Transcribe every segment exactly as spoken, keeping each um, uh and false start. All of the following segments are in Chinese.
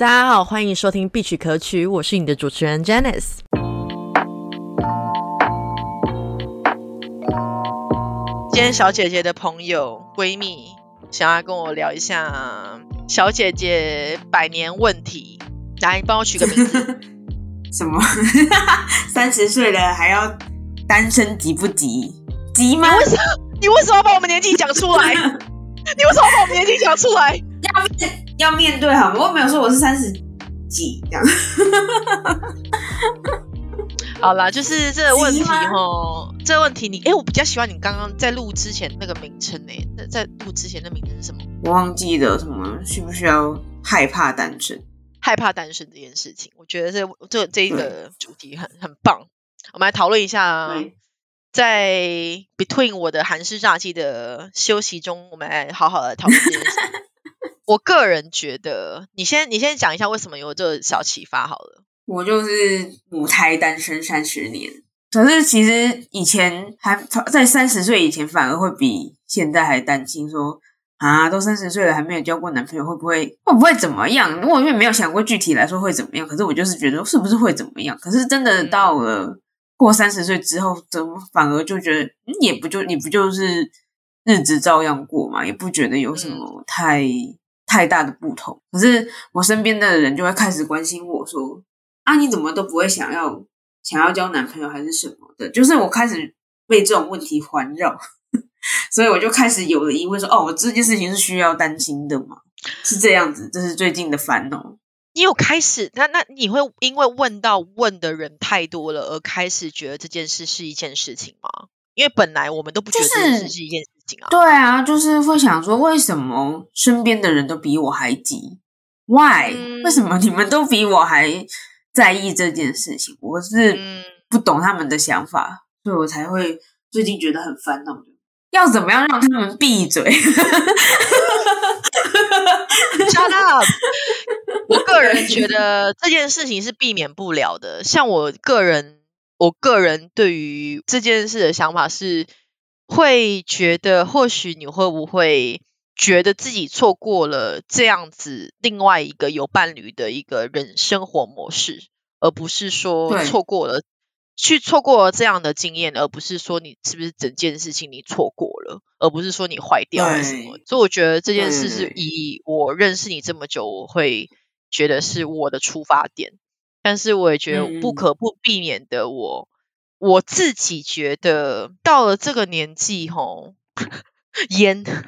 大家好，欢迎收听必曲可曲，我是你的主持人 Janice。 今天小姐姐的朋友闺蜜想要跟我聊一下小姐姐百年问题，来帮我取个名字。 什么三十岁了还要单身急不急？急吗？ 你为什么你为什么要把我们年纪讲出来？你为什么要把我们年纪讲出来？ 要面要面对好吗？我没有说我是三十几这样。 好啦，就是这个问题齁，这个问题你哎、欸，我比较喜欢你刚刚在录之前那个名称哎，在录之前的名称是什么？ 我忘记了什么，需不需要害怕单身？ 害怕单身这件事情，我觉得这这这一个主题很很棒。我们来讨论一下，在 between 我的韩式炸鸡的休息中，我们来好好的讨论这件事情。我个人觉得，你先你先讲一下为什么有这个小启发好了。 我就是母胎单身三十年，可是其实以前还在三十岁以前，反而会比现在还担心说啊，都三十岁了还没有交过男朋友，会不会会不会怎么样？我因为没有想过具体来说会怎么样，可是我就是觉得是不是会怎么样？可是真的到了过三十岁之后，怎么反而就觉得、嗯、也不就你不就是日子照样过嘛，也不觉得有什么太、嗯、太大的不同。可是我身边的人就会开始关心我说啊，你怎么都不会想要想要交男朋友还是什么的？就是我开始被这种问题环绕。所以我就开始有了疑问说，哦，我这件事情是需要担心的吗？是这样子，这是最近的烦恼。 你有开始，那那你会因为问到问的人太多了，而开始觉得这件事是一件事情吗？因为本来我们都不觉得这件事是一件事情啊。 就是、对啊，就是会想说，为什么身边的人都比我还急 ？Why？、嗯、为什么你们都比我还在意这件事情？我是不懂他们的想法，所以我才会最近觉得很烦恼。要怎么样让他们闭嘴 ？Shut up！ 我个人觉得这件事情是避免不了的。像我个人，我个人对于这件事的想法是，会觉得或许你会不会觉得自己错过了这样子另外一个有伴侣的一个人生活模式，而不是说错过了。去错过了这样的经验，而不是说你是不是整件事情你错过了，而不是说你坏掉还是什么。所以我觉得这件事是以我认识你这么久，我会觉得是我的出发点。但是我也觉得不可不避免的我，我我自己觉得到了这个年纪吼，烟。这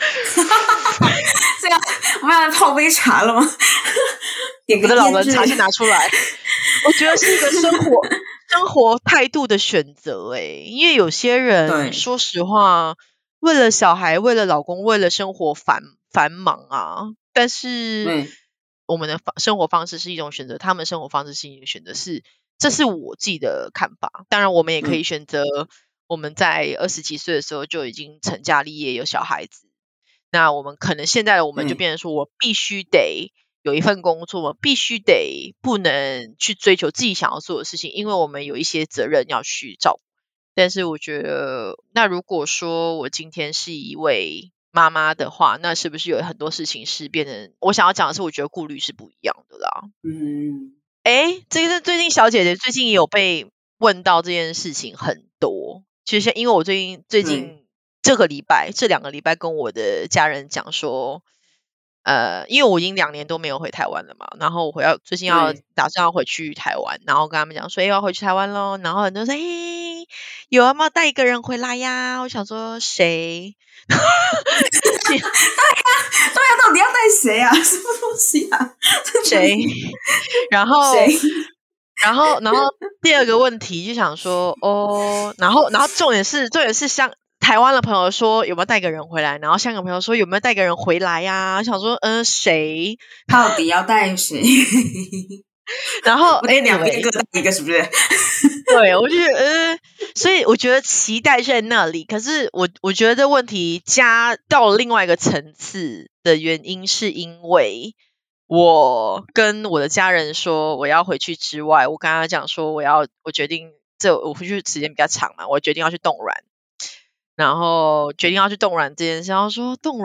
样，我们要来泡杯茶了吗？ 我的老人茶先拿出来。我觉得是一个生活。生活态度的选择欸，因为有些人说实话，为了小孩，为了老公，为了生活繁繁忙啊，但是我们的生活方式是一种选择，他们生活方式是一种选择，是这是我自己的看法。当然我们也可以选择我们在二十几岁的时候就已经成家立业有小孩子，那我们可能现在的我们就变成说我必须得有一份工作，我们必须得不能去追求自己想要做的事情，因为我们有一些责任要去照顾。但是我觉得，那如果说我今天是一位妈妈的话，那是不是有很多事情是变成我想要讲的是，我觉得顾虑是不一样的啦。嗯，哎，这个最近小姐姐最近也有被问到这件事情很多，其实因为我最近最近这个礼拜、嗯、这两个礼拜跟我的家人讲说。呃，因为我已经两年都没有回台湾了嘛，然后我回要最近要打算要回去台湾，然后跟他们讲说，哎，要回去台湾咯，然后很多人说，嘿，有要不要带一个人回来呀？我想说谁？ 对呀、对呀，到底要带谁啊？什么东西啊？ 谁？然后谁？然后，然后第二个问题就想说，哦，然后，然后重点是，重点是像。台湾的朋友说有没有带个人回来，然后香港朋友说有没有带个人回来呀、啊？想说嗯谁到底要带谁？ 然后哎两边各带一个是不是？ 对，我就觉得呃，所以我觉得期待在那里，可是我我觉得这问题加到了另外一个层次的原因，是因为我跟我的家人说我要回去之外，我跟他讲说我要我决定这我回去时间比较长嘛，我决定要去冻卵。然后决定要去冻卵这件事，然后说冻卵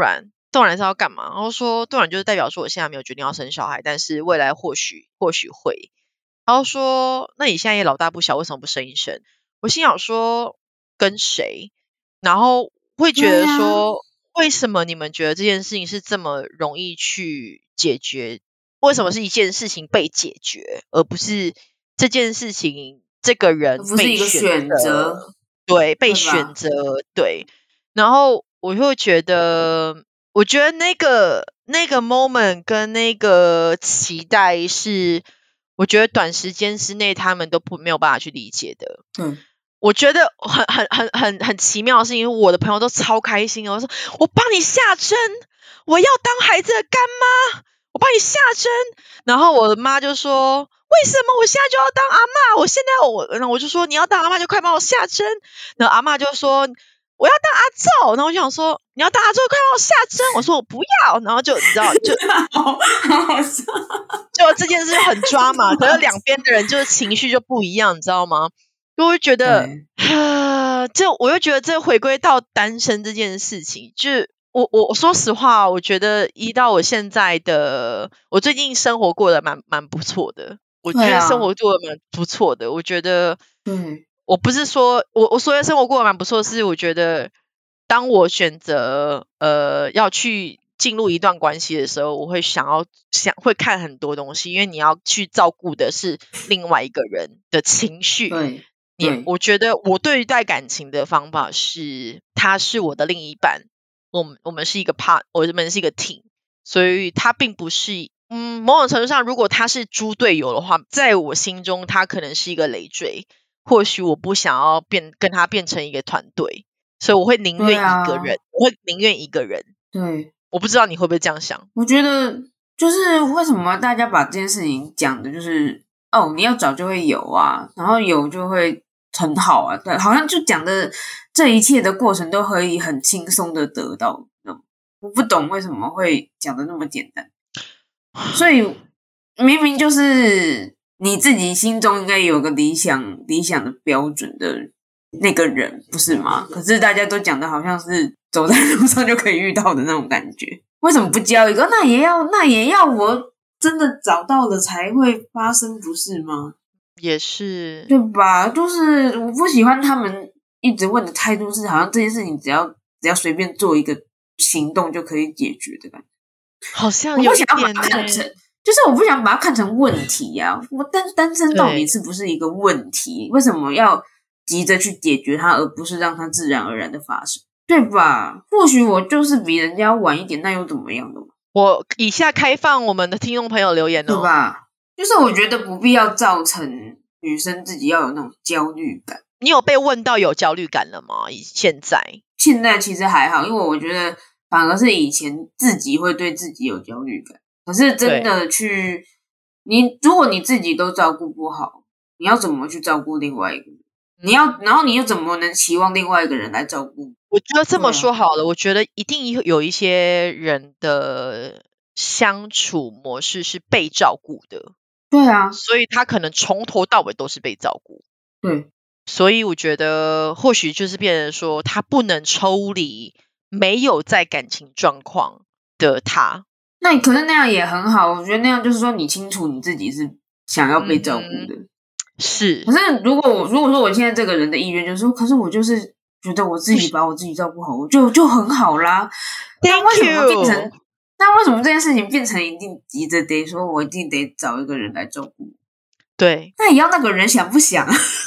冻卵是要干嘛？然后说冻卵就是代表说我现在没有决定要生小孩，但是未来或许或许会。然后说那你现在也老大不小，为什么不生一生？我心想说跟谁？然后会觉得说、啊、为什么你们觉得这件事情是这么容易去解决？为什么是一件事情被解决，而不是这件事情这个人被选择？对，被选择，对。然后我会觉得，我觉得那个那个 moment 跟那个期待是，我觉得短时间之内他们都不没有办法去理解的。 嗯， 我觉得很很很很很奇妙的是，因为我的朋友都超开心的，我说我帮你下针，我要当孩子的干妈，我帮你下针。然后我的妈就说，为什么我现在就要当阿嬷？我现在我，然后我就说你要当阿嬷就快帮我下针。然后阿嬷就说我要当阿祖。然后我想说你要当阿祖快帮我下针。我说我不要。然后就你知道就好好笑， 就这件事很抓嘛，可是两边的人就是情绪就不一样，你知道吗？就会觉得啊，这我又觉得这回归到单身这件事情，就是我我我说实话，我觉得依到我现在的，我最近生活过得蛮蛮不错的，我觉得生活过得蛮不错的，我觉得， 嗯， 我不是说我我所谓生活过得蛮不错，是我觉得当我选择呃要去进入一段关系的时候，我会想要想会看很多东西，因为你要去照顾的是另外一个人的情绪。 对。 你我觉得我对待感情的方法是，他是我的另一半，我们我们是一个 part， 我们是一个 team， 所以他并不是，嗯，某种程度上，如果他是猪队友的话，在我心中他可能是一个累赘，或许我不想要变跟他变成一个团队，所以我会宁愿一个人，啊、我会宁愿一个人。 对， 我不知道你会不会这样想？ 我觉得就是为什么大家把这件事情讲的就是哦，你要找就会有啊，然后有就会很好啊，对，好像就讲的这一切的过程都可以很轻松的得到。我不懂为什么会讲的那么简单，所以明明就是你自己心中应该有个理想理想的标准的那个人，不是吗？可是大家都讲的好像是走在路上就可以遇到的那种感觉，为什么不交一个？那也要那也要我真的找到了才会发生，不是吗？ 也是， 对吧？就是我不喜欢他们一直问的态度是，好像这件事情只要只要随便做一个行动就可以解决的感觉。 好像有一点、欸、 我不想把它看成，就是我不想把它看成问题啊。我单单身到底是不是一个问题？为什么要急着去解决它，而不是让它自然而然的发生？对吧？或许我就是比人家晚一点，那又怎么样的嘛？ 我以下开放我们的听众朋友留言哦， 对吧？就是我觉得不必要造成女生自己要有那种焦虑感。 你有被问到有焦虑感了吗？现在现在其实还好，因为我觉得反而是以前自己会对自己有焦虑感。可是真的去你，如果你自己都照顾不好，你要怎么去照顾另外一个人？你要，然后你又怎么能期望另外一个人来照顾？ 我觉得这么说好了，啊、我觉得一定有一些人的相处模式是被照顾的。 对啊， 所以他可能从头到尾都是被照顾。 对， 所以我觉得或许就是变成说，他不能抽离没有在感情状况的他。 那可是那样也很好，我觉得那样就是说你清楚你自己是想要被照顾的。嗯、 是。 可是如果我如果说我现在这个人的意愿就是说，可是我就是觉得我自己把我自己照顾好，我就就很好啦。 那为什么变成？那为什么这件事情变成一定急着得说我一定得找一个人来照顾？ 对， 那也要那个人想不想？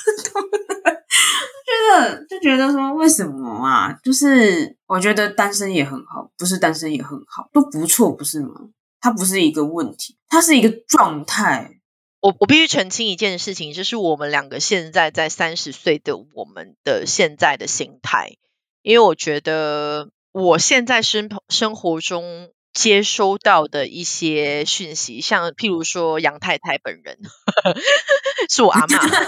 觉得就觉得说为什么啊？就是我觉得单身也很好，不是单身也很好，都不错，不是吗？它不是一个问题，它是一个状态。 我我必须澄清一件事情，就是我们两个现在在三十岁的我们的现在的心态，因为我觉得我现在生生活中接收到的一些讯息，像譬如说杨太太本人是我阿嬷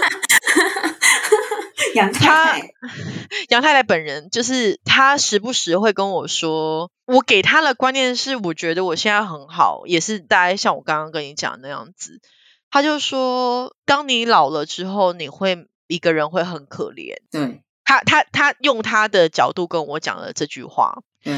杨太太杨太太本人就是她时不时会跟我说，我给她的观念是我觉得我现在很好，也是大概像我刚刚跟你讲的那样子。她就说当你老了之后你会一个人会很可怜。 对， 她她她用她的角度跟我讲了这句话。 对，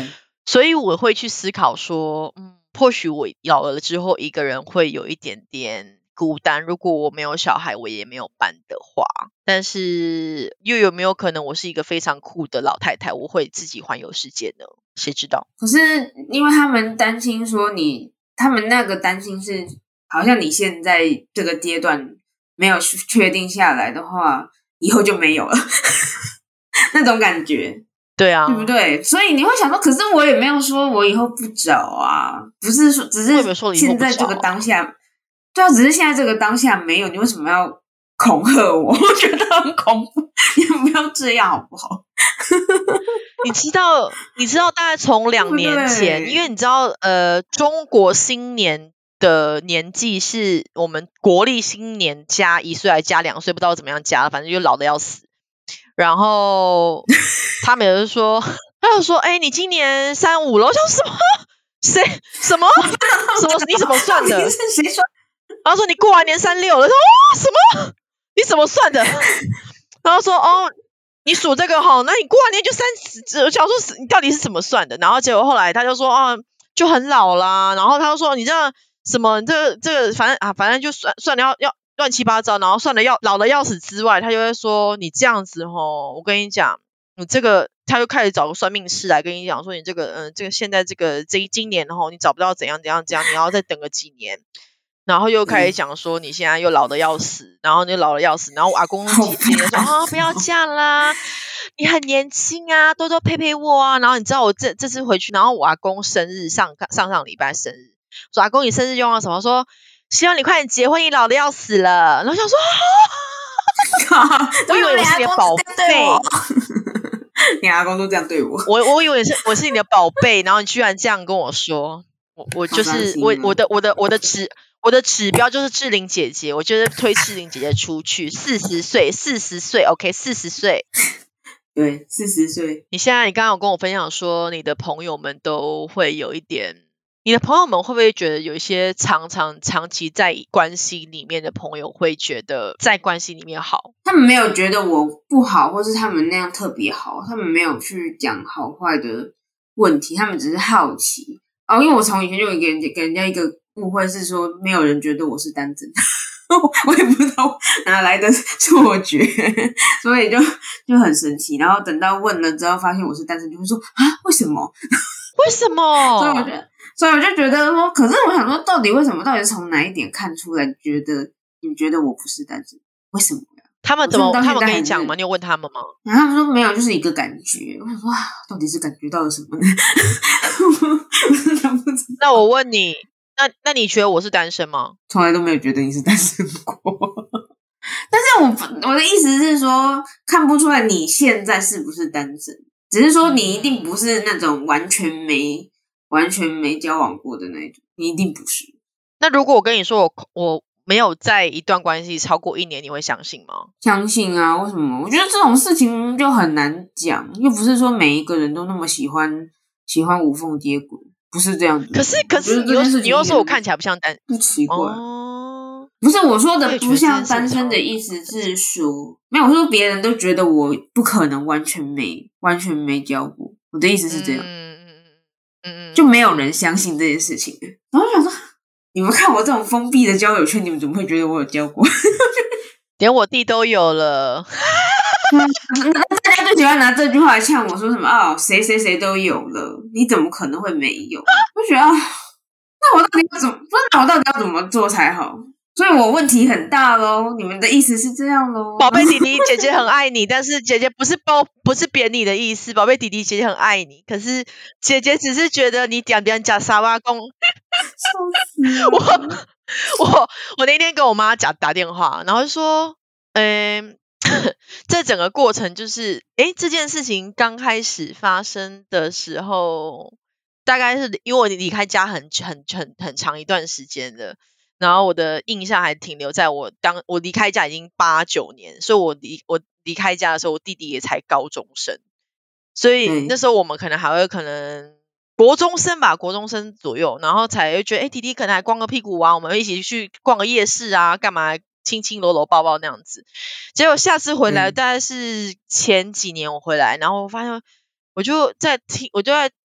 所以我会去思考说，嗯，或许我老了之后一个人会有一点点孤单，如果我没有小孩，我也没有伴的话，但是又有没有可能我是一个非常酷的老太太，我会自己环游世界呢？谁知道？ 可是因为他们担心说你，他们那个担心是好像你现在这个阶段没有确定下来的话，以后就没有了那种感觉。 对啊， 对不对？所以你会想说，可是我也没有说我以后不找啊，不是说只是现在这个当下，对啊，只是现在这个当下没有，你为什么要恐吓我？我觉得很恐怖，你不要这样好不好？ 你知道，你知道，大概从两年前，因为你知道，呃，中国新年的年纪是我们国历新年加一岁还加两岁，不知道怎么样加，反正就老的要死。然后他们就说，他就说，哎、欸，你今年三五了，我想什么？谁什么什么？你怎么算的？ 是谁说？ 然后说你过完年三六了，说哦什么？你怎么算的？然后说哦，你数这个哈，那你过完年就三十。我想说你到底是怎么算的？然后结果后来他就说啊，就很老啦。然后他就说你这样什么，这个这个反正啊，反正就算算了要要。乱七八糟，然后算了要老的要死之外，他就会说你这样子齁，我跟你讲，你这个他就开始找个算命师来跟你讲说你这个嗯这个现在这个这一今年齁你找不到怎样怎样怎样，你要再等个几年，然后又开始讲说你现在又老的要死，然后你老的要死，然后我阿公姐姐说啊不要这样啦，你很年轻啊，多多陪陪我啊。然后你知道我这这次回去，然后我阿公生日上上上礼拜生日，说阿公你生日用了什么？说希望你快点结婚，你老的要死了。然后想说，我以为我是你的宝贝， 你阿公都这样对我， 我我以为是我是你的宝贝，然后你居然这样跟我说，我我就是我我的我的我的指我的指标就是志玲姐姐，我就是推志玲姐姐出去，四十岁四十岁 ，OK， 四十岁， 对，四十岁。 你现在你刚刚有跟我分享说，你的朋友们都会有一点。你的朋友们会不会觉得有一些常常长期在关系里面的朋友会觉得在关系里面好？ 他们没有觉得我不好，或是他们那样特别好，他们没有去讲好坏的问题，他们只是好奇。哦，因为我从以前就有给人给人家一个误会是说，没有人觉得我是单身，我也不知道哪来的错觉，所以就就很神奇。然后等到问了之后，发现我是单身，就会说啊，为什么？ 为什么？ 所以我觉得。所以我就觉得说，可是我想说，到底为什么？到底是从哪一点看出来？觉得你觉得我不是单身？为什么呀？ 他们怎么？他们跟你讲吗？你有问他们吗？ 然后他们说没有，就是一个感觉。我想说，哇，到底是感觉到了什么呢？ 那我问你，那那你觉得我是单身吗？ 从来都没有觉得你是单身过。但是我我的意思是说，看不出来你现在是不是单身，只是说你一定不是那种完全没。完全没交往过的那种，你一定不是。 那如果我跟你说我我没有在一段关系超过一年，你会相信吗？ 相信啊，为什么？我觉得这种事情就很难讲，又不是说每一个人都那么喜欢喜欢无缝接轨，不是这样子。 可是可是你又你又说我看起来不像单， 不奇怪哦。 不是我说的不像单身的意思是说，没有我说别人都觉得我不可能完全没完全没交过，我的意思是这样。 嗯嗯，就没有人相信这件事情。然后我想说，你们看我这种封闭的交友圈，你们怎么会觉得我有交过？ 连我弟都有了。 大家就喜欢拿这句话来呛我说什么哦，谁谁谁都有了，你怎么可能会没有？我觉得，那我到底要怎么？不是，那我到底要怎么做才好？所以我问题很大咯，你们的意思是这样咯？ 宝贝弟弟，姐姐很爱你，但是姐姐不是包不是贬你的意思，宝贝弟弟，姐姐很爱你，可是姐姐只是觉得你点点假沙挖工。我我我那天跟我妈讲打电话，然后就说，嗯、呃，这整个过程就是，诶，这件事情刚开始发生的时候，大概是因为我离开家很很很很长一段时间了。然后我的印象还停留在我当我离开家已经八九年，所以我离我离开家的时候，我弟弟也才高中生，所以那时候我们可能还会可能国中生吧，国中生左右，然后才会觉得，哎，弟弟可能还光个屁股啊，我们一起去逛个夜市啊，干嘛亲亲搂搂抱抱那样子。结果下次回来，大概是前几年我回来，然后我发现我就在听，我就在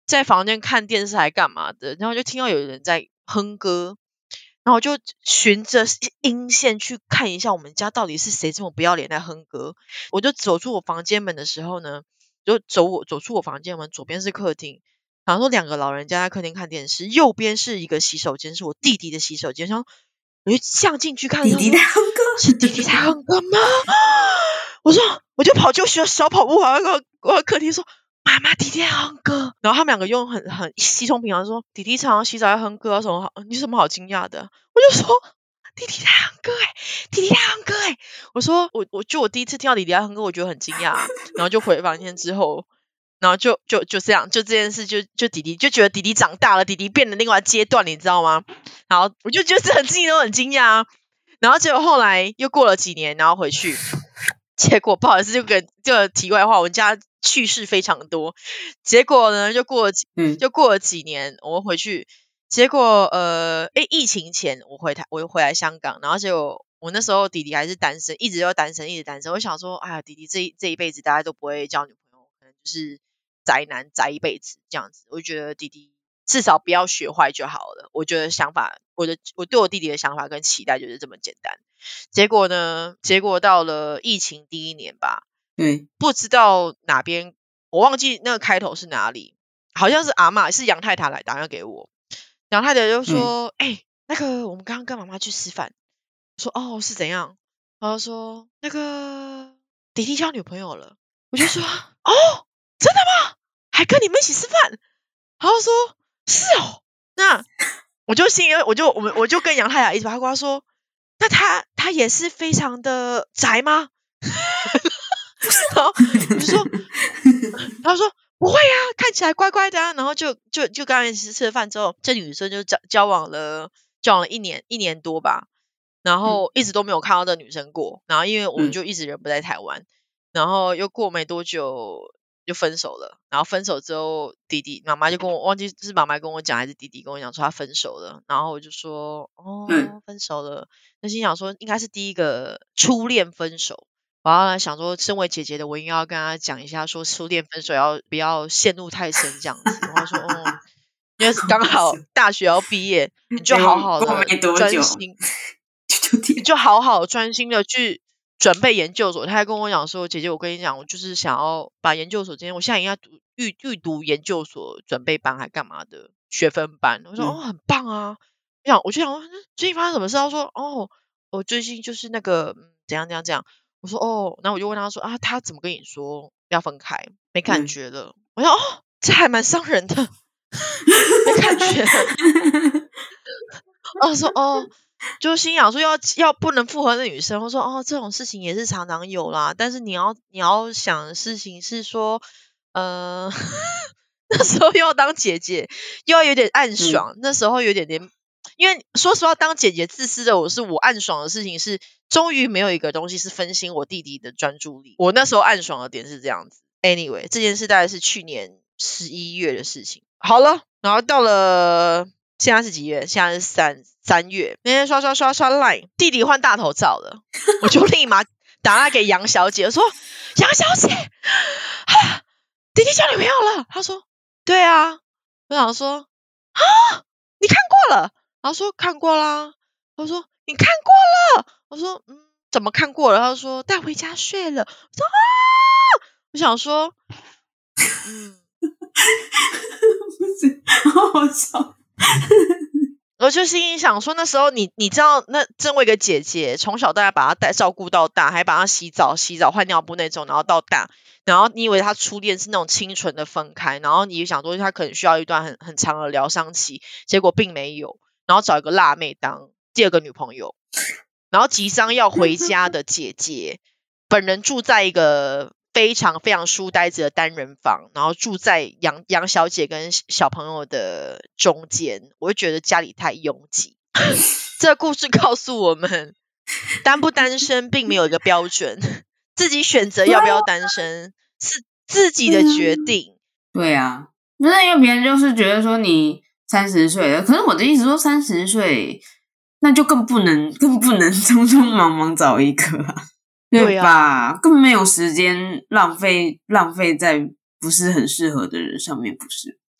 在房间看电视还干嘛的，然后就听到有人在哼歌，然后我就循着音线去看一下我们家到底是谁这么不要脸在哼歌。我就走出我房间门的时候呢，就走我走出我房间门，左边是客厅，然后说两个老人家在客厅看电视，右边是一个洗手间，是我弟弟的洗手间。然后我就向进去看， 弟弟在哼歌， 是弟弟在哼歌吗？我说，我就跑就学小跑步跑到我客厅说。妈妈，弟弟在哼歌，然后他们两个用很很稀松平常说，弟弟常常洗澡在哼歌，有什么好？你什么好惊讶的？我就说，弟弟在哼歌哎、欸，弟弟在哼歌哎、欸。我说，我我就我第一次听到弟弟在哼歌，我觉得很惊讶，然后就回房间之后，然后就就就这样，就这件事就就弟弟就觉得弟弟长大了，弟弟变了另外阶段，你知道吗？然后我就觉得很自己都很惊讶，然后结果后来又过了几年，然后回去，结果不好意思，就跟这个题外话，我们家。趣事非常多，结果呢，就过了几，嗯，就过了几年，我回去，结果呃，诶，疫情前我回台，我又回来香港，然后结果我那时候弟弟还是单身，一直都单身，一直单身。我想说，哎呀，弟弟这这一辈子大家都不会交女朋友，可能就是宅男宅一辈子这样子。我就觉得弟弟至少不要学坏就好了。我觉得想法，我的我对我弟弟的想法跟期待就是这么简单。结果呢，结果到了疫情第一年吧。 对， 不知道哪边，我忘记那个开头是哪里，好像是阿嬷，是杨太太来打电话给我，杨太太就说：“哎、嗯欸，那个我们刚刚跟妈妈去吃饭。”我说：“哦，是怎样？”然后说：“那个弟弟交女朋友了。”我就说：“哦，真的吗？还跟你们一起吃饭？”然后说：“是哦。”那我就心里，我就我们我就跟杨太太一直八卦说：“那他他也是非常的宅吗？”然后我就说，他说不会啊，看起来乖乖的啊。然后就就就刚才吃吃了饭之后，这女生就交交往了交往了一年一年多吧，然后一直都没有看到这女生过。然后因为我们就一直人不在台湾，嗯、然后又过没多久就分手了。然后分手之后，弟弟妈妈就跟我忘记是妈妈跟我讲还是弟弟跟我讲说他分手了。然后我就说哦，分手了。那心想说应该是第一个初恋分手。我要想说，身为姐姐的我应该要跟她讲一下，说初恋分手要不要陷入太深这样子。然后说，哦，因为刚好大学要毕业，你就好好的专心，你就好好专心的去准备研究所。他还跟我讲说，姐姐，我跟你讲，我就是想要把研究所今天，我现在应该读预预读研究所准备班还干嘛的学分班。我说，嗯、哦，很棒啊。我想，我就想，最近发生什么事？他说，哦，我最近就是那个怎样怎样怎样。我说哦，然后我就问他说啊，他怎么跟你说要分开？没感觉了。嗯、我说哦，这还蛮伤人的，没感觉了。我说哦，就心想说要要不能复合的女生。我说哦，这种事情也是常常有啦，但是你要你要想的事情是说，呃，那时候又要当姐姐，又要有点暗爽，嗯、那时候有点点。因为说实话，当姐姐自私的我是我暗爽的事情是，终于没有一个东西是分心我弟弟的专注力。我那时候暗爽的点是这样子。Anyway， 这件事大概是去年十一月的事情。好了，然后到了现在是几月？现在是三三月。那天刷刷刷刷 Line， 弟弟换大头照了，我就立马打他给杨小姐，说杨小姐，啊，弟弟交女朋友了。他说对啊。我想说啊，你看过了？他说看过啦。他说你看过了？我说嗯，怎么看过了？他说带回家睡了。我说啊，我想说，嗯， 不是，好好笑。 我就心里想说，那时候你你知道，那身为一个姐姐，从小大家把她带照顾到大，还把她洗澡、洗澡换尿布那种，然后到大，然后你以为她初恋是那种清纯的分开，然后你想说她可能需要一段很很长的疗伤期，结果并没有。然后找一个辣妹当第二个女朋友，然后即将要回家的姐姐本人住在一个非常非常书呆子的单人房，然后住在杨杨小姐跟小朋友的中间，我就觉得家里太拥挤。这个故事告诉我们，单不单身并没有一个标准，自己选择要不要单身是自己的决定。 对啊，不是因为别人就是觉得说你三十岁了，可是我的意思说三十岁，那就更不能更不能匆匆忙忙找一个啊，对吧？对啊，更没有时间浪费浪费在不是很适合的人上面，不是？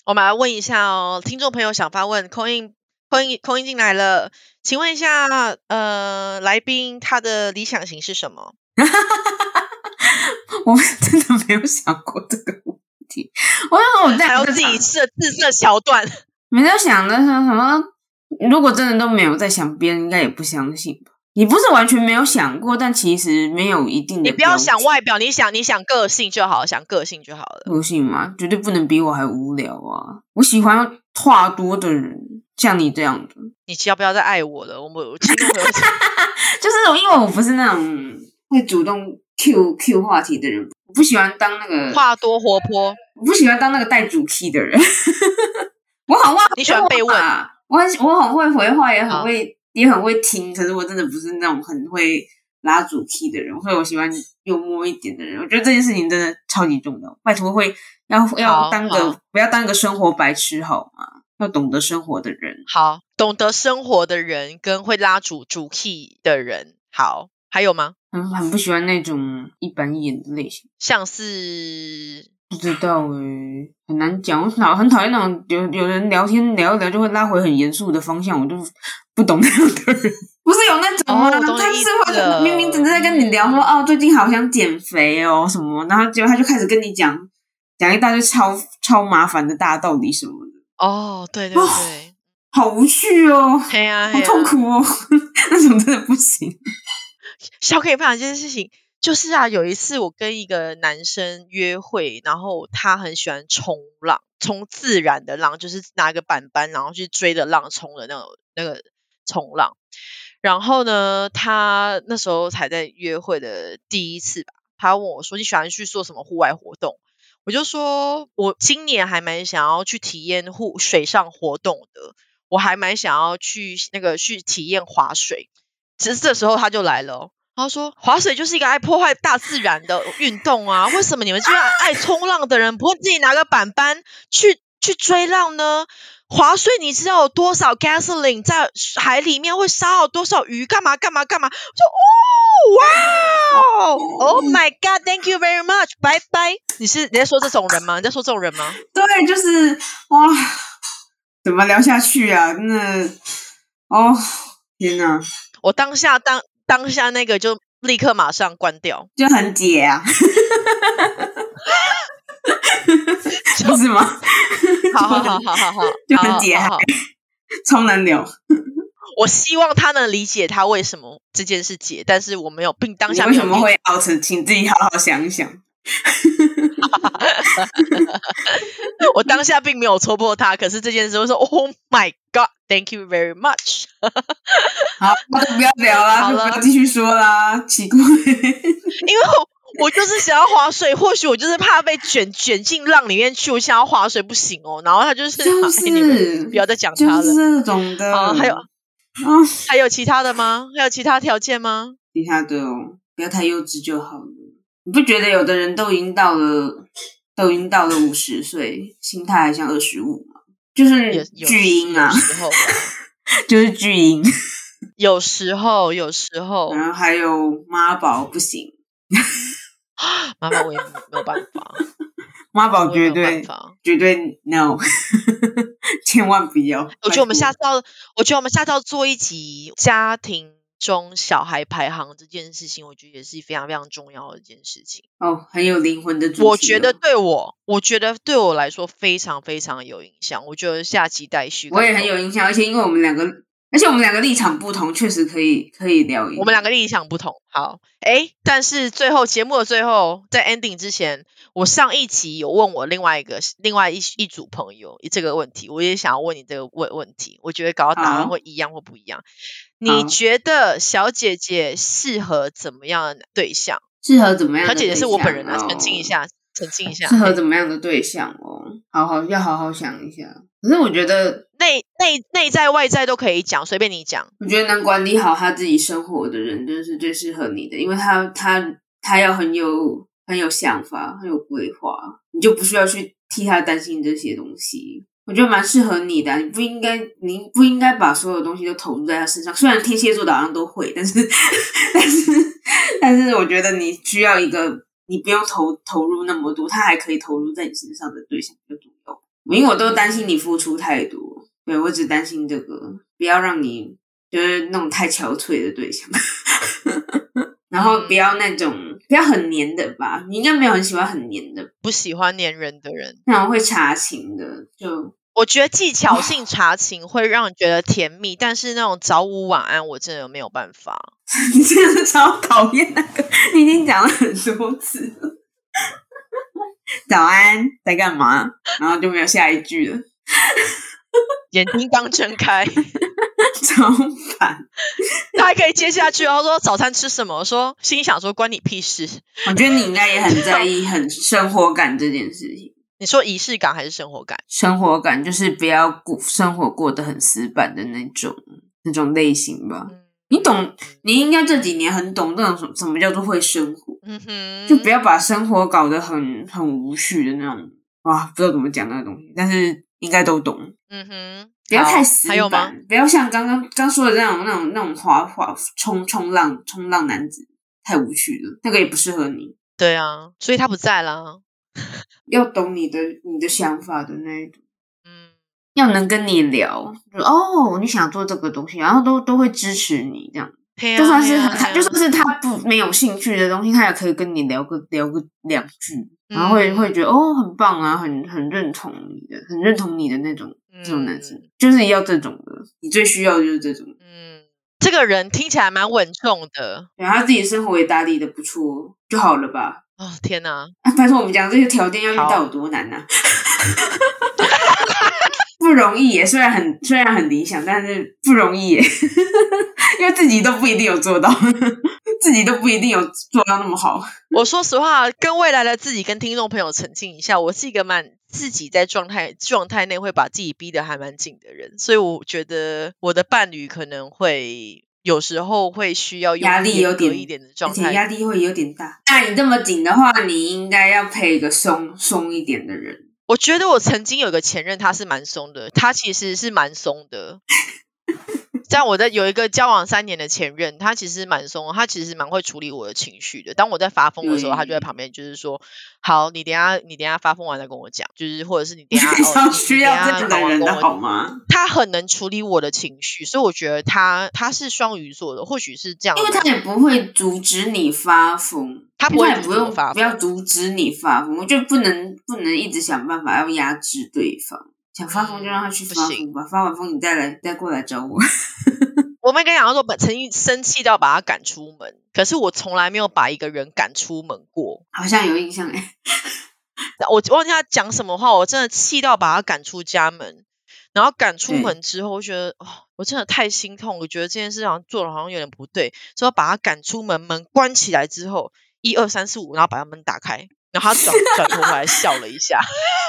我们来问一下哦，听众朋友想发问，空印空印空印进来了，请问一下，呃，来宾他的理想型是什么？ 我真的没有想过这个问题，我想我还有自己设自设桥段， 没在想的是什么？如果真的都没有在想，别人应该也不相信吧。你不是完全没有想过，但其实没有一定的。 你不要想外表，你想你想个性就好，想个性就好了。 个性嘛，绝对不能比我还无聊啊！我喜欢话多的人，像你这样的。 你要不要再爱我了？我们听众朋友就是因为我不是那种会主动 Q Q 话题的人，我不喜欢当那个话多活泼， 我不喜欢当那个带主 key 的人。我很会， 你喜欢被问， 我很我很会回话，也很会。也很会听，可是我真的不是那种很会拉主 key 的人，所以我喜欢幽默一点的人。我觉得这件事情真的超级重要，拜托会要要当个不要当个生活白痴好吗？要懂得生活的人。 好，懂得生活的人跟会拉主主 key 的人。好，还有吗？ 很很不喜欢那种一板一眼的类型， 像是不知道诶、欸，很难讲。我讨很讨厌那种有有人聊天聊一聊就会拉回很严肃的方向，我就不懂那样的人。不是有那种吗？ 哦、 他是会明明只是在跟你聊说、嗯、哦，最近好想减肥哦什么，然后结果他就开始跟你讲讲一大堆超超麻烦的大道理什么的。 哦，对对对，哦、 好无趣哦， 嘿啊， 好痛苦哦，那种真的不行。 小可以分享一件事情。就是啊，有一次我跟一个男生约会，然后他很喜欢冲浪，冲自然的浪，就是拿个板板然后去追着浪冲的那种那个冲浪。然后呢，他那时候才在约会的第一次吧，他问我说你喜欢去做什么户外活动？我就说我今年还蛮想要去体验户水上活动的，我还蛮想要去那个去体验滑水。其实这时候他就来了、哦他说滑水就是一个爱破坏大自然的运动啊，为什么你们居然爱冲浪的人不会自己拿个板板去去追浪呢？滑水你知道有多少 gasoline 在海里面会杀到多少鱼，干嘛干嘛干嘛，就哦哇 Oh my god thank you very much 拜拜。你是你在说这种人吗？你在说这种人吗？ 对，就是哇，怎么聊下去啊？真的哦，天哪！ 我当下当当下那个就立刻马上关掉， 就很解啊，不是吗？ 好好好好好好， 就很解啊，超难聊。 我希望他能理解他为什么这件事解，但是我没有，并当下为什么会 out， 请自己好好想一想。 我当下并没有戳破他，可是这件事我说 Oh my god thank you very much 好，那就不要聊啦，就不要继续说啦，奇怪。因为我我就是想要划水，或许我就是怕被卷卷进浪里面去，我想要划水不行哦，然后他就是、 就是、 哎、你们不要再讲他了， 就是这种的。 好，还有、啊、还有其他的吗？还有其他条件吗？ 其他的哦，不要太幼稚就好了。你不觉得有的人都已经到了都已经到了五十岁，心态还像二十五吗？就是巨婴啊， 有时候就是巨婴。 有时候，有时候， 然后还有妈宝不行， 妈宝我也没有办法， 妈宝绝对绝对 no， 千万不要。 我觉得我们下次要，我觉得我们下次要做一集家庭中小孩排行这件事情，我觉得也是非常非常重要的一件事情。 哦，很有灵魂的主题、哦。 我觉得对我，我觉得对我来说非常非常有影响。我觉得下集待续。 我也很有影响，而且因为我们两个，而且我们两个立场不同，确实可以可以聊一聊。 我们两个立场不同，好，哎，但是最后节目的最后，在 ending 之前，我上一集有问我另外一个另外一一组朋友这个问题，我也想要问你这个问问题，我觉得搞到答案会一样或不一样。你觉得小姐姐适合怎么样的对象？ 适合怎么样的对象？ 小姐姐是我本人啊，澄清一下，澄清一下。 适合怎么样的对象哦？好好要好好想一下。可是我觉得内内内在外在都可以讲，随便你讲。 我觉得能管理好他自己生活的人，就是最适合你的，因为他他他要很有很有想法，很有规划，你就不需要去替他担心这些东西。我觉得蛮适合你的、啊，你不应该，你不应该把所有东西都投入在他身上。虽然天蝎座的好像都会，但是，但是，但是，我觉得你需要一个，你不用投投入那么多，他还可以投入在你身上的对象比较重要。 因为我都担心你付出太多，对，我只担心这个，不要让你就是那种太憔悴的对象。然后不要那种不要很黏的吧，你应该没有很喜欢很黏的， 不喜欢黏人的人， 那种会查情的，就我觉得技巧性查情会让人觉得甜蜜，但是那种早午晚安我真的没有办法。 你真的是超讨厌那个，你已经讲了很多次了。早安，在干嘛？然后就没有下一句了。 眼睛刚睁开。 超烦。 他还可以接下去，然后说早餐吃什么？我说心想说关你屁事。 我觉得你应该也很在意很生活感这件事情。 你说仪式感还是生活感？ 生活感就是不要过生活过得很死板的那种那种类型吧。嗯，你懂，你应该这几年很懂那种什么什么叫做会生活。嗯哼，就不要把生活搞得很很无序的那种。哇，不知道怎么讲那个东西，但是应该都懂。嗯哼，不要太死板，还有吗？不要像刚刚刚说的那种那种那种滑滑冲冲浪冲浪男子，太无趣了，那个也不适合你。 对啊，所以他不在啦。 要懂你的你的想法的那一种，嗯，要能跟你聊，就哦，你想做这个东西，然后都都会支持你这样。啊、就算是他、啊、就算是他不没有兴趣的东西，他也可以跟你聊个聊个两句，然后会、嗯、会觉得哦很棒啊，很很认同你的，很认同你的那种、嗯、这种男生，就是要这种的，你最需要的就是这种。嗯， 这个人听起来蛮稳重的， 对，他自己生活也打理的不错，就好了吧？ 哦天哪！ 啊，拜托我们讲这些条件要遇到有多难啊？不容易耶，虽然很虽然很理想，但是不容易耶，因为自己都不一定有做到，自己都不一定有做到那么好。 我说实话，跟未来的自己跟听众朋友澄清一下，我是一个蛮自己在状态状态内会把自己逼得还蛮紧的人，所以我觉得我的伴侣可能会。有时候会需要压力有点一点的状态， 而且压力会有点大。那你这么紧的话，你应该要配一个松松一点的人。 我觉得我曾经有一个前任，他是蛮松的，他其实是蛮松的。像我在有一个交往三年的前任，他其实蛮松的，他其实蛮会处理我的情绪的。当我在发疯的时候，他就在旁边，就是说：“好，你等一下，你等一下发疯完再跟我讲，就是或者是你等一下哦，需要这样的人的好吗？” 他很能处理我的情绪，所以我觉得他他是双鱼座的，或许是这样的， 因为他也不会阻止你发疯， 他不会阻止我发疯，不要阻止你发疯，我就不能不能一直想办法要压制对方。想发疯就让他去发疯吧，发完疯你再来再过来找我。 我没跟你讲说，曾经生气到把他赶出门，可是我从来没有把一个人赶出门过。 好像有印象哎， 我忘记他讲什么话，我真的气到把他赶出家门。然后赶出门之后，我觉得哦，我真的太心痛，我觉得这件事好像做的好像有点不对，所以把他赶出门，门关起来之后，一二三四五，然后把他门打开，然后他转转头回来笑了一下。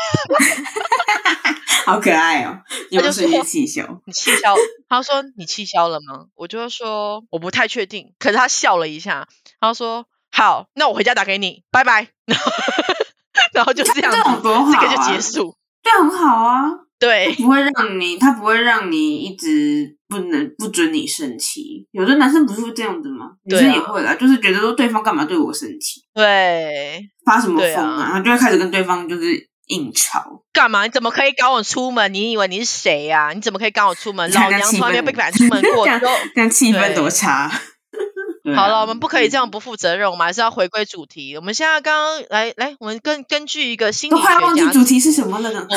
好可爱哦！你有没有瞬间气消？ 你气消？他说你气消了吗？我就说我不太确定，可是他笑了一下，他说好，那我回家打给你，拜拜。然后就这样子， 这, 多好啊、 这个就结束， 这很好啊。 对， 不会让你，他不会让你一直不能不准你生气。有的男生不是会这样子吗？女生也会啦，就是觉得说对方干嘛对我生气？ 对， 发什么疯啊？然后、啊、就会开始跟对方就是硬吵。 干嘛？你怎么可以赶我出门？你以为你是谁呀、啊？你怎么可以赶我出门？老娘从来没有被赶出门过。 这样气氛多差。 好了，我们不可以这样不负责任，我们还是要回归主题。我们现在刚刚来来，我们根根据一个心理学家， 都快忘记主题是什么了呢？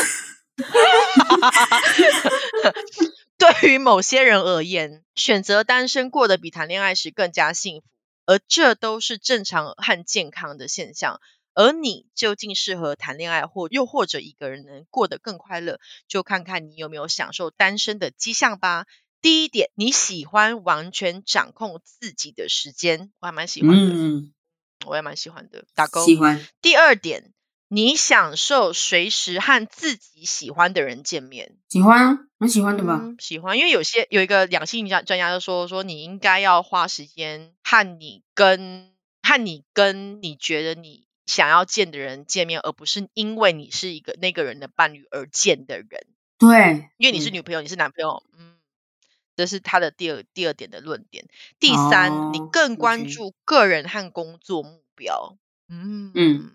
对于某些人而言，选择单身过得比谈恋爱时更加幸福，而这都是正常和健康的现象。而你究竟适合谈恋爱，或又或者一个人能过得更快乐，就看看你有没有享受单身的迹象吧。第一点，你喜欢完全掌控自己的时间，我还蛮喜欢的，嗯，我也蛮喜欢的，打勾。 喜欢。 第二点，你享受随时和自己喜欢的人见面， 喜欢，蛮喜欢的吧、 嗯？喜欢，因为有些有一个两性专家就说说你应该要花时间和你跟和你跟你觉得你想要见的人见面，而不是因为你是一个那个人的伴侣而见的人。 对， 因为你是女朋友，嗯、你是男朋友，嗯。这是他的第二第二点的论点。第三，哦、你更关注个人和工作目标。嗯嗯，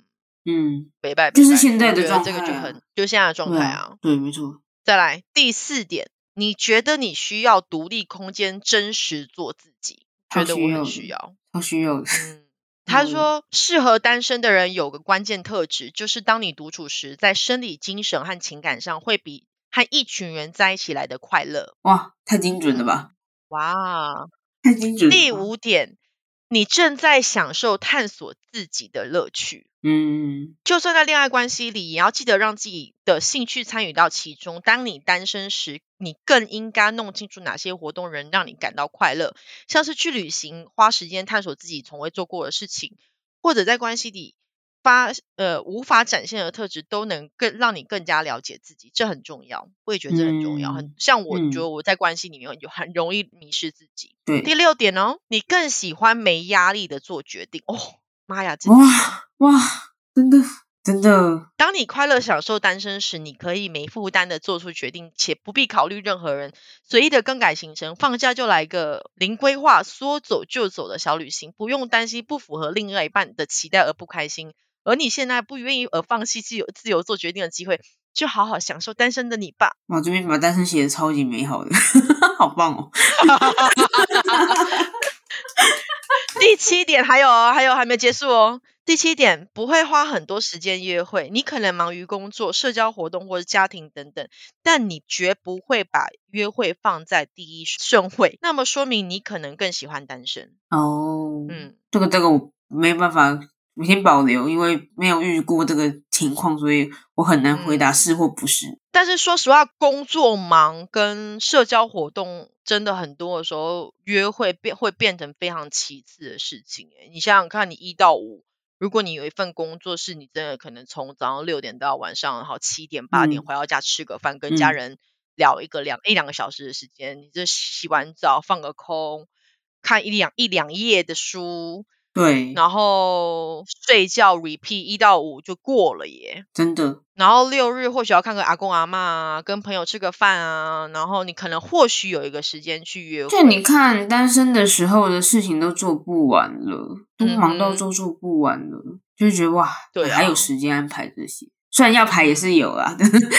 嗯， 没办法， 就是现在的状态、啊、 这个就很就现在的状态啊。 对，没错。 再来第四点，你觉得你需要独立空间，真实做自己？觉得我很需要， 超需要的。 嗯，他说适合单身的人有个关键特质，就是当你独处时，在生理、精神和情感上会比和一群人在一起来的快乐。 哇，太精准了吧！ 哇， 太精准了。 第五点，你正在享受探索自己的乐趣。 嗯， 就算在恋爱关系里，也要记得让自己的兴趣参与到其中。当你单身时，你更应该弄清楚哪些活动能让你感到快乐，像是去旅行、花时间探索自己从未做过的事情，或者在关系里发呃无法展现的特质，都能更让你更加了解自己，这很重要。我也觉得这很重要， 嗯、 很像我嗯、 觉得我在关系里面就很容易迷失自己。 对， 第六点哦，你更喜欢没压力的做决定。哦，妈呀， 哇哇，真的真的。 当你快乐享受单身时，你可以没负担的做出决定，且不必考虑任何人，随意的更改行程，放假就来个零规划、说走就走的小旅行，不用担心不符合另外一半的期待而不开心。而你现在不愿意而放弃自由自由做决定的机会，就好好享受单身的你吧。 哇，这边把单身写的超级美好的，好棒哦！ 第七点还有哦，还有还没结束哦。第七点，不会花很多时间约会，你可能忙于工作、社交活动或者家庭等等，但你绝不会把约会放在第一顺位，那么说明你可能更喜欢单身。 哦， 嗯， 这个这个我没办法，我先保留，因为没有遇过这个情况，所以我很难回答是或不是。 嗯，但是说实话，工作忙跟社交活动真的很多的时候，约会变会变成非常其次的事情。你想想看，你一到五，如果你有一份工作是你真的可能从早上六点到晚上好七点八点回到家吃个饭， 嗯、 跟家人聊一个两一两个小时的时间，你这洗完澡放个空，看一两一两页的书。 对， 然后睡觉 repeat 一到五就过了耶， 真的。 然后六日或许要看个阿公阿嬷啊，跟朋友吃个饭啊，然后你可能或许有一个时间去约会。 就你看，单身的时候的事情都做不完了，都忙到都做不完了，嗯、就觉得哇， 对啊， 还有时间安排这些。虽然要排也是有啦，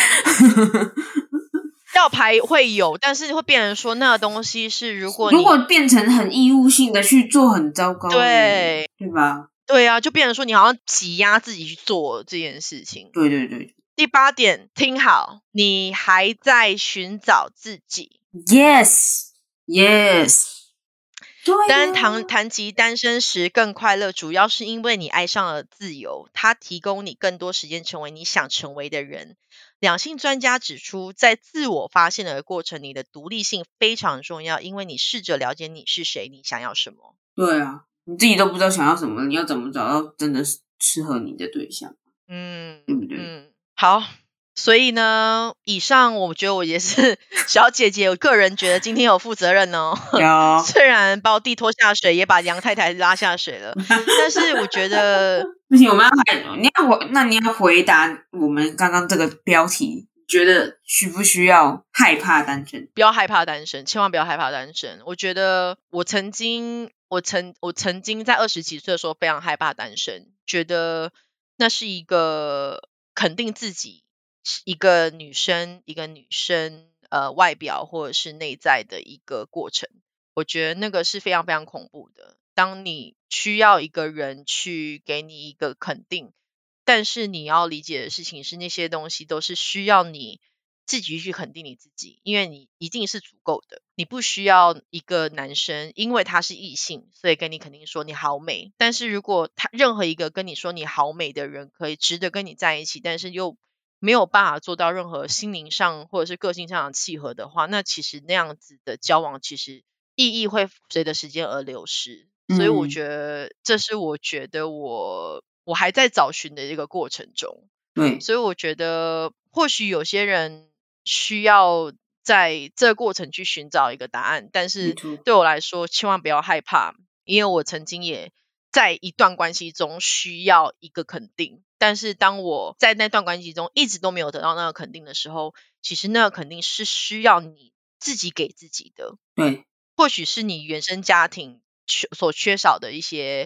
要排会有，但是会变成说那个东西是如果你如果变成很义务性的去做，很糟糕， 对对吧？ 对啊，就变成说你好像挤压自己去做这件事情。 对对对。 第八点，听好，你还在寻找自己。 Yes, yes。 当谈谈及单身时更快乐，主要是因为你爱上了自由，它提供你更多时间成为你想成为的人。两性专家指出，在自我发现的过程，你的独立性非常重要，因为你试着了解你是谁，你想要什么。 对啊，你自己都不知道想要什么，你要怎么找到真的适合你的对象？ 嗯， 对不对？ 嗯，好。所以呢，以上我觉得我也是小姐姐，我个人觉得今天有负责任哦。 有， 虽然把我弟拖下水，也把杨太太拉下水了，但是我觉得不行，我们要回，你要回，那你要回答我们刚刚这个标题，觉得需不需要害怕单身？ 不要害怕单身，千万不要害怕单身。我觉得我曾经，我曾我曾经在二十几岁的时候非常害怕单身，觉得那是一个肯定自己。一个女生，一个女生，呃，外表或者是内在的一个过程，我觉得那个是非常非常恐怖的。当你需要一个人去给你一个肯定，但是你要理解的事情是，那些东西都是需要你自己去肯定你自己，因为你一定是足够的，你不需要一个男生，因为他是异性，所以跟你肯定说你好美。但是如果他任何一个跟你说你好美的人，可以值得跟你在一起，但是又没有办法做到任何心灵上或者是个性上的契合的话，那其实那样子的交往其实意义会随着时间而流失。所以我觉得这是我觉得我我还在找寻的一个过程中。 对， 所以我觉得或许有些人需要在这个过程去寻找一个答案，但是对我来说千万不要害怕，因为我曾经也在一段关系中需要一个肯定，但是当我在那段关系中一直都没有得到那个肯定的时候，其实那个肯定是需要你自己给自己的。 对， 或许是你原生家庭所缺少的一些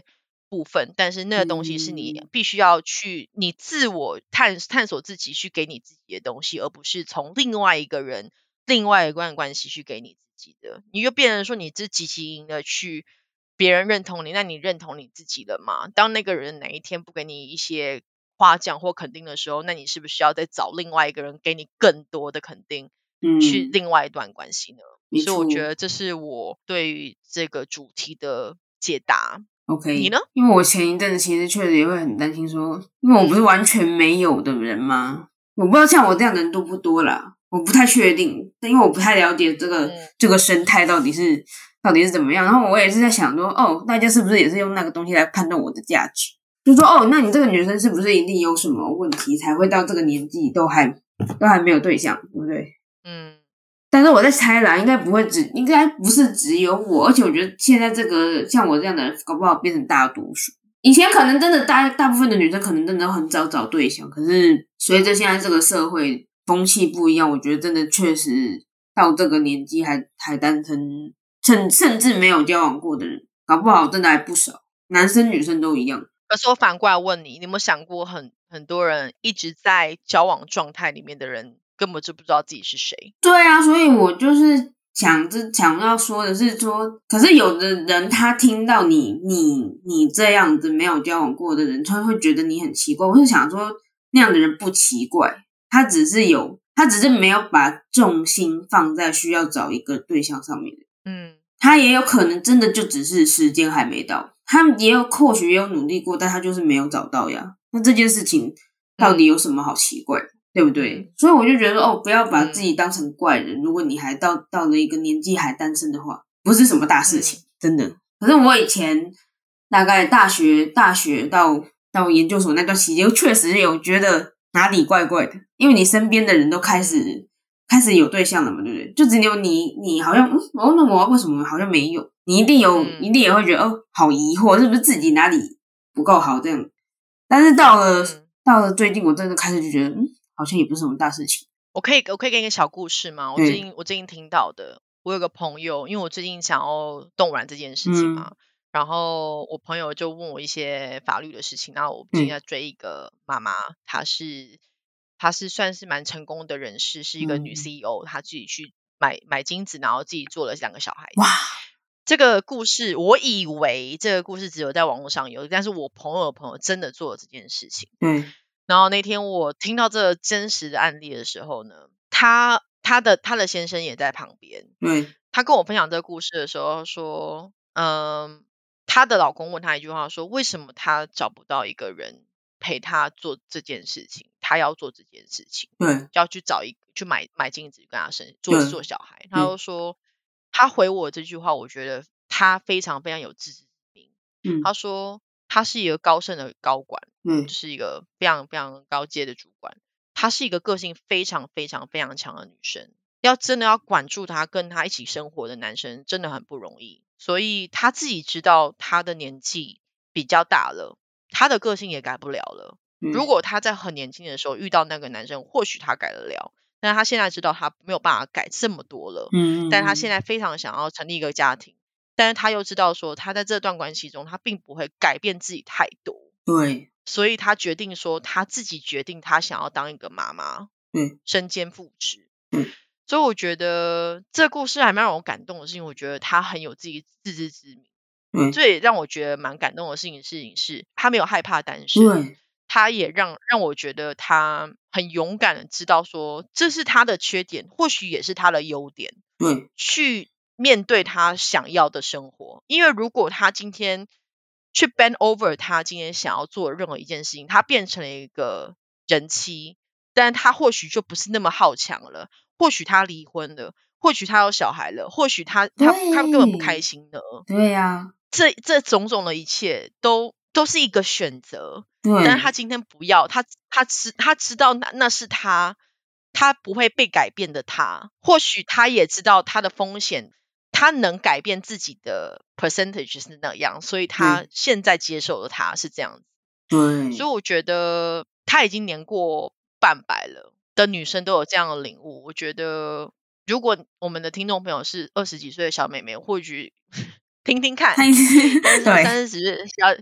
部分，但是那个东西是你必须要去你自我探探索自己去给你自己的东西，而不是从另外一个人另外一段关系去给你自己的。你就变成说你是积极营的去别人认同你，那你认同你自己了吗？当那个人哪一天不给你一些夸奖或肯定的时候，那你是不是要再找另外一个人给你更多的肯定，嗯、去另外一段关系呢？所以我觉得这是我对于这个主题的解答。 OK， 你呢？ 因为我前一阵子其实确实也会很担心说，因为我不是完全没有的人吗？我不知道像我这样的人多不多啦，我不太确定，因为我不太了解这个、嗯、这个生态到底是到底是怎么样。然后我也是在想说，哦，大家是不是也是用那个东西来判断我的价值？就说哦，那你这个女生是不是一定有什么问题才会到这个年纪都还都还没有对象，对不对？嗯。但是我在猜啦，应该不会只，应该不是只有我，而且我觉得现在这个像我这样的人，搞不好变成大多数。以前可能真的大大部分的女生可能真的很早找对象，可是随着现在这个社会风气不一样，我觉得真的确实到这个年纪还还单身，甚甚至没有交往过的人，搞不好真的还不少，男生女生都一样。 可是我反过来问你，你有没有想过很很多人一直在交往状态里面的人根本就不知道自己是谁？ 对啊，所以我就是想着想要说的是说，可是有的人他听到你你你这样子没有交往过的人，他会觉得你很奇怪。我是想说那样的人不奇怪，他只是有他只是没有把重心放在需要找一个对象上面。嗯，他也有可能真的就只是时间还没到，他也有或许也有努力过，但他就是没有找到呀。那这件事情到底有什么好奇怪的？嗯，对不对？嗯、所以我就觉得哦，不要把自己当成怪人。嗯、如果你还到到了一个年纪还单身的话，不是什么大事情，嗯、真的。可是我以前大概大学、大学到到研究所那段期间，确实有觉得哪里怪怪的，因为你身边的人都开始开始有对象了嘛，对不对？就只有你，你好像嗯，哦，那我为什么好像没有？你一定有，嗯、一定也会觉得哦，好疑惑，是不是自己哪里不够好这样？但是到了、嗯、到了最近，我真的开始就觉得嗯。好像也不是什么大事情。 我可以我可以给你个小故事吗？我最近我最近听到的，我有个朋友，因为我最近想要冻卵这件事情嘛，嗯、然后我朋友就问我一些法律的事情，然后我最近在追一个妈妈，嗯、她是她是算是蛮成功的人士，是一个女 C E O，、嗯、她自己去买买精子，然后自己做了两个小孩。哇！这个故事我以为这个故事只有在网络上有，但是我朋友的朋友真的做了这件事情。嗯。然后那天我听到这个真实的案例的时候呢，他他的他的先生也在旁边。嗯，他跟我分享这个故事的时候说，嗯，他的老公问他一句话说，为什么他找不到一个人陪他做这件事情？他要做这件事情，嗯，要去找一去买买精子跟他生做做小孩。他就说，他回我这句话，我觉得他非常非常有自知之明。嗯，他说。他是一个高盛的高管，嗯，就是一个非常非常高阶的主管。她是一个个性非常非常非常强的女生，要真的要管住她，跟她一起生活的男生真的很不容易。所以她自己知道她的年纪比较大了，她的个性也改不了了。嗯、如果她在很年轻的时候遇到那个男生，或许她改得了，但是她现在知道她没有办法改这么多了。嗯，但她现在非常想要成立一个家庭。但是他又知道说他在这段关系中他并不会改变自己太多，对，所以他决定说他自己决定他想要当一个妈妈，嗯，身兼父职，嗯，所以我觉得这故事还蛮让我感动的是因为我觉得他很有自己自知之明，嗯，这也让我觉得蛮感动的事情事情是他没有害怕单身，对，他也让让我觉得他很勇敢的知道说这是他的缺点，或许也是他的优点，对，去面对他想要的生活。因为如果他今天去 bend over 他今天想要做的任何一件事情，他变成了一个人妻，但他或许就不是那么好强了，或许他离婚了，或许他有小孩了，或许他他他根本不开心了。 对呀、啊， 这这种种的一切都都是一个选择。对，但是他今天不要，他他知他知道那那是他他不会被改变的他，或许他也知道他的风险。他能改变自己的 percentage 是那样，所以他现在接受了他是这样子。对，所以我觉得他已经年过半百了的女生都有这样的领悟。我觉得如果我们的听众朋友是二十几岁的小妹妹，或许听听看，但是但是只是要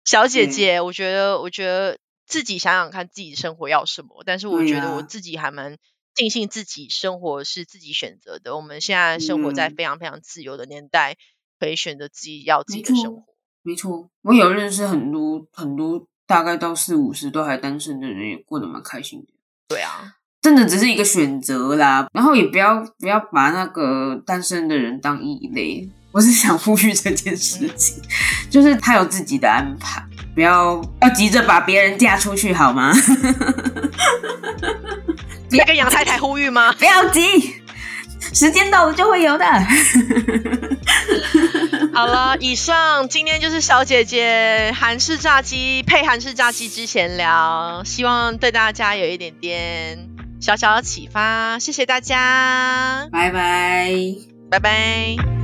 小姐姐，我觉得，我觉得自己想想看自己的生活要什么，但是我觉得我自己还蛮庆幸自己生活是自己选择的。我们现在生活在非常非常自由的年代，嗯、可以选择自己要自己的生活。 没错，我有认识很多很多大概到四五十都还单身的人，也过得蛮开心的。 对啊， 真的只是一个选择啦，然后也不要不要把那个单身的人当异类。我是想呼吁这件事情，嗯、就是他有自己的安排，不要要急着把别人嫁出去好吗？ 你要跟杨太太呼吁吗？ 不要急，时间到了就会有的。 好了，以上今天就是小姐姐韩式炸鸡配韩式炸鸡之闲聊，希望对大家有一点点小小的启发，谢谢大家， 拜拜， 拜拜。